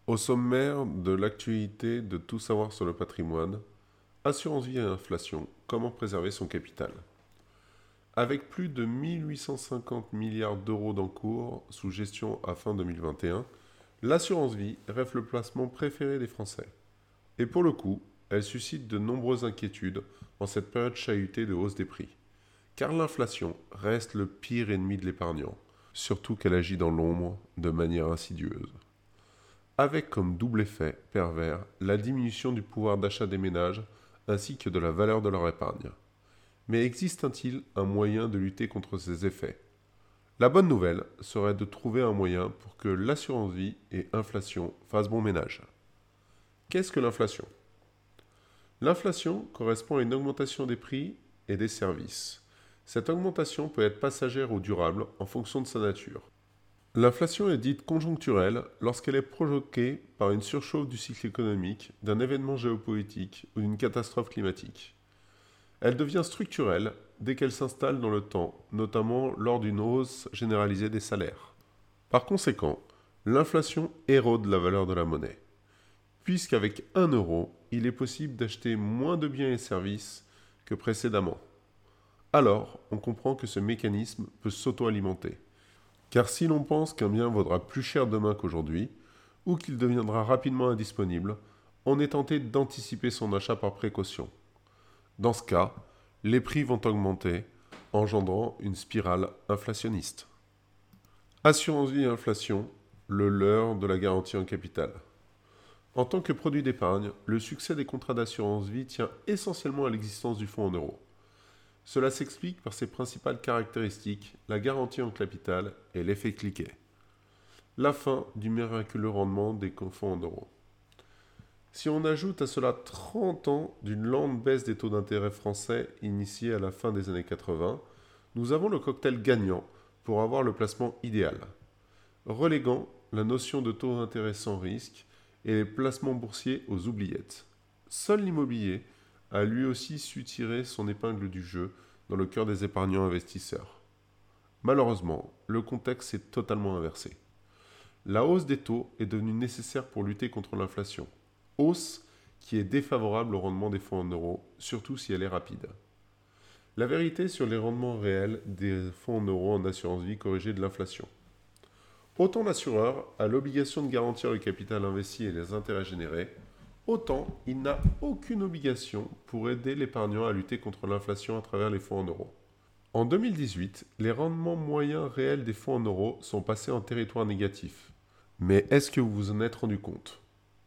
Au sommaire de l'actualité de Tout savoir sur le patrimoine, assurance vie et inflation, comment préserver son capital? Avec plus de 1 850 milliards d'euros d'encours sous gestion à fin 2021, l'assurance vie reste le placement préféré des Français. Et pour le coup, elle suscite de nombreuses inquiétudes en cette période chahutée de hausse des prix. Car l'inflation reste le pire ennemi de l'épargnant, surtout qu'elle agit dans l'ombre de manière insidieuse. Avec comme double effet pervers la diminution du pouvoir d'achat des ménages ainsi que de la valeur de leur épargne. Mais existe-t-il un moyen de lutter contre ces effets? La bonne nouvelle serait de trouver un moyen pour que l'assurance vie et inflation fassent bon ménage. Qu'est-ce que l'inflation? L'inflation correspond à une augmentation des prix et des services. Cette augmentation peut être passagère ou durable en fonction de sa nature. L'inflation est dite conjoncturelle lorsqu'elle est provoquée par une surchauffe du cycle économique, d'un événement géopolitique ou d'une catastrophe climatique. Elle devient structurelle dès qu'elle s'installe dans le temps, notamment lors d'une hausse généralisée des salaires. Par conséquent, l'inflation érode la valeur de la monnaie, puisqu'avec 1 euro, il est possible d'acheter moins de biens et services que précédemment. Alors, on comprend que ce mécanisme peut s'auto-alimenter. Car si l'on pense qu'un bien vaudra plus cher demain qu'aujourd'hui, ou qu'il deviendra rapidement indisponible, on est tenté d'anticiper son achat par précaution. Dans ce cas, les prix vont augmenter, engendrant une spirale inflationniste. Assurance vie et inflation, le leurre de la garantie en capital. En tant que produit d'épargne, le succès des contrats d'assurance vie tient essentiellement à l'existence du fonds en euros. Cela s'explique par ses principales caractéristiques, la garantie en capital et l'effet cliquet. La fin du miraculeux rendement des fonds en euros. Si on ajoute à cela 30 ans d'une lente baisse des taux d'intérêt français initiée à la fin des années 80, nous avons le cocktail gagnant pour avoir le placement idéal, reléguant la notion de taux d'intérêt sans risque et les placements boursiers aux oubliettes. Seul l'immobilier a lui aussi su tirer son épingle du jeu dans le cœur des épargnants investisseurs. Malheureusement, le contexte s'est totalement inversé. La hausse des taux est devenue nécessaire pour lutter contre l'inflation. Hausse qui est défavorable au rendement des fonds en euros, surtout si elle est rapide. La vérité sur les rendements réels des fonds en euros en assurance vie corrigés de l'inflation. Autant l'assureur a l'obligation de garantir le capital investi et les intérêts générés, autant il n'a aucune obligation pour aider l'épargnant à lutter contre l'inflation à travers les fonds en euros. En 2018, les rendements moyens réels des fonds en euros sont passés en territoire négatif. Mais est-ce que vous vous en êtes rendu compte?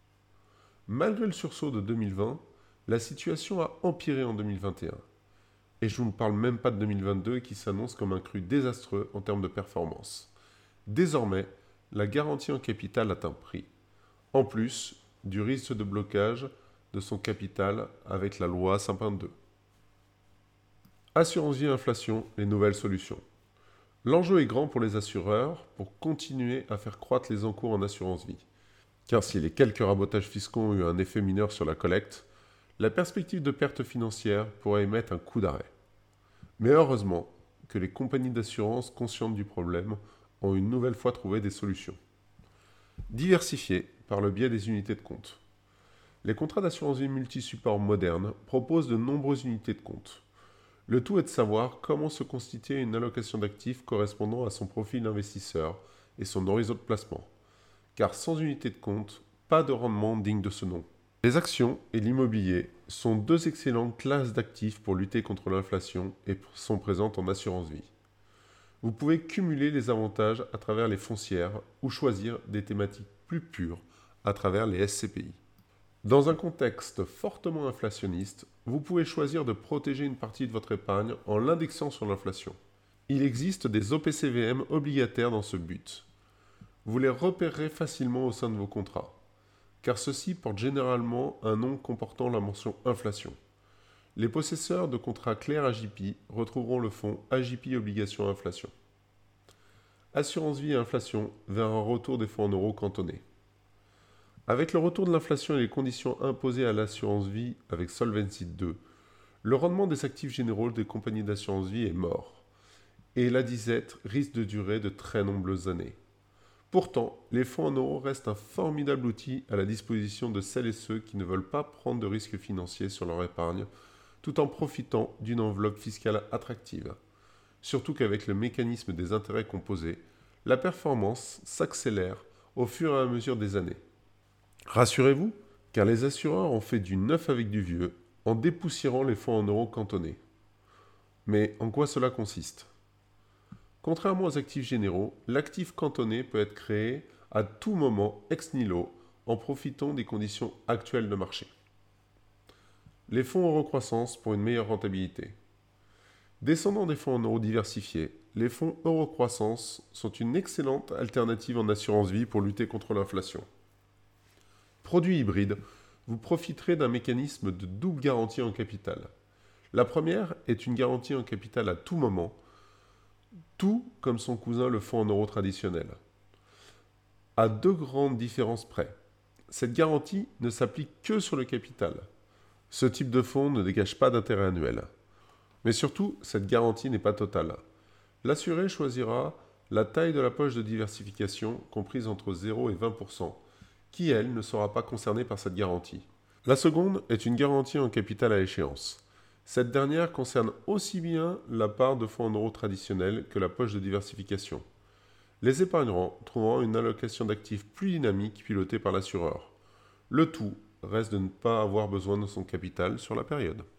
Malgré le sursaut de 2020, la situation a empiré en 2021. Et je ne vous parle même pas de 2022 qui s'annonce comme un cru désastreux en termes de performance. Désormais, la garantie en capital a un prix. En plus du risque de blocage de son capital avec la loi Sapin 2. Assurance vie inflation, les nouvelles solutions. L'enjeu est grand pour les assureurs pour continuer à faire croître les encours en assurance vie. Car si les quelques rabotages fiscaux ont eu un effet mineur sur la collecte, la perspective de perte financière pourrait émettre un coup d'arrêt. Mais heureusement que les compagnies d'assurance conscientes du problème ont une nouvelle fois trouvé des solutions. Diversifier par le biais des unités de compte. Les contrats d'assurance vie multi-support modernes proposent de nombreuses unités de compte. Le tout est de savoir comment se constituer une allocation d'actifs correspondant à son profil d'investisseur et son horizon de placement. Car sans unité de compte, pas de rendement digne de ce nom. Les actions et l'immobilier sont deux excellentes classes d'actifs pour lutter contre l'inflation et sont présentes en assurance vie. Vous pouvez cumuler les avantages à travers les foncières ou choisir des thématiques plus pures à travers les SCPI. Dans un contexte fortement inflationniste, vous pouvez choisir de protéger une partie de votre épargne en l'indexant sur l'inflation. Il existe des OPCVM obligataires dans ce but. Vous les repérerez facilement au sein de vos contrats, car ceux-ci portent généralement un nom comportant la mention inflation. Les possesseurs de contrats clairs AJP retrouveront le fonds AJP Obligation Inflation. Assurance vie et inflation vers un retour des fonds en euros cantonnés. Avec le retour de l'inflation et les conditions imposées à l'assurance vie avec Solvency II, le rendement des actifs généraux des compagnies d'assurance vie est mort, et la disette risque de durer de très nombreuses années. Pourtant, les fonds en euros restent un formidable outil à la disposition de celles et ceux qui ne veulent pas prendre de risques financiers sur leur épargne, tout en profitant d'une enveloppe fiscale attractive. Surtout qu'avec le mécanisme des intérêts composés, la performance s'accélère au fur et à mesure des années. Rassurez-vous, car les assureurs ont fait du neuf avec du vieux en dépoussiérant les fonds en euros cantonnés. Mais en quoi cela consiste ? Contrairement aux actifs généraux, l'actif cantonné peut être créé à tout moment ex nihilo en profitant des conditions actuelles de marché. Les fonds euro-croissance pour une meilleure rentabilité. Descendant des fonds en euros diversifiés, les fonds euro-croissance sont une excellente alternative en assurance vie pour lutter contre l'inflation. Produit hybride, vous profiterez d'un mécanisme de double garantie en capital. La première est une garantie en capital à tout moment, tout comme son cousin le fonds en euros traditionnel. À deux grandes différences près. Cette garantie ne s'applique que sur le capital. Ce type de fonds ne dégage pas d'intérêt annuel. Mais surtout, cette garantie n'est pas totale. L'assuré choisira la taille de la poche de diversification comprise entre 0 et 20%, qui, elle, ne sera pas concernée par cette garantie. La seconde est une garantie en capital à échéance. Cette dernière concerne aussi bien la part de fonds en euros traditionnels que la poche de diversification. Les épargnants trouveront une allocation d'actifs plus dynamique pilotée par l'assureur. Le tout reste de ne pas avoir besoin de son capital sur la période.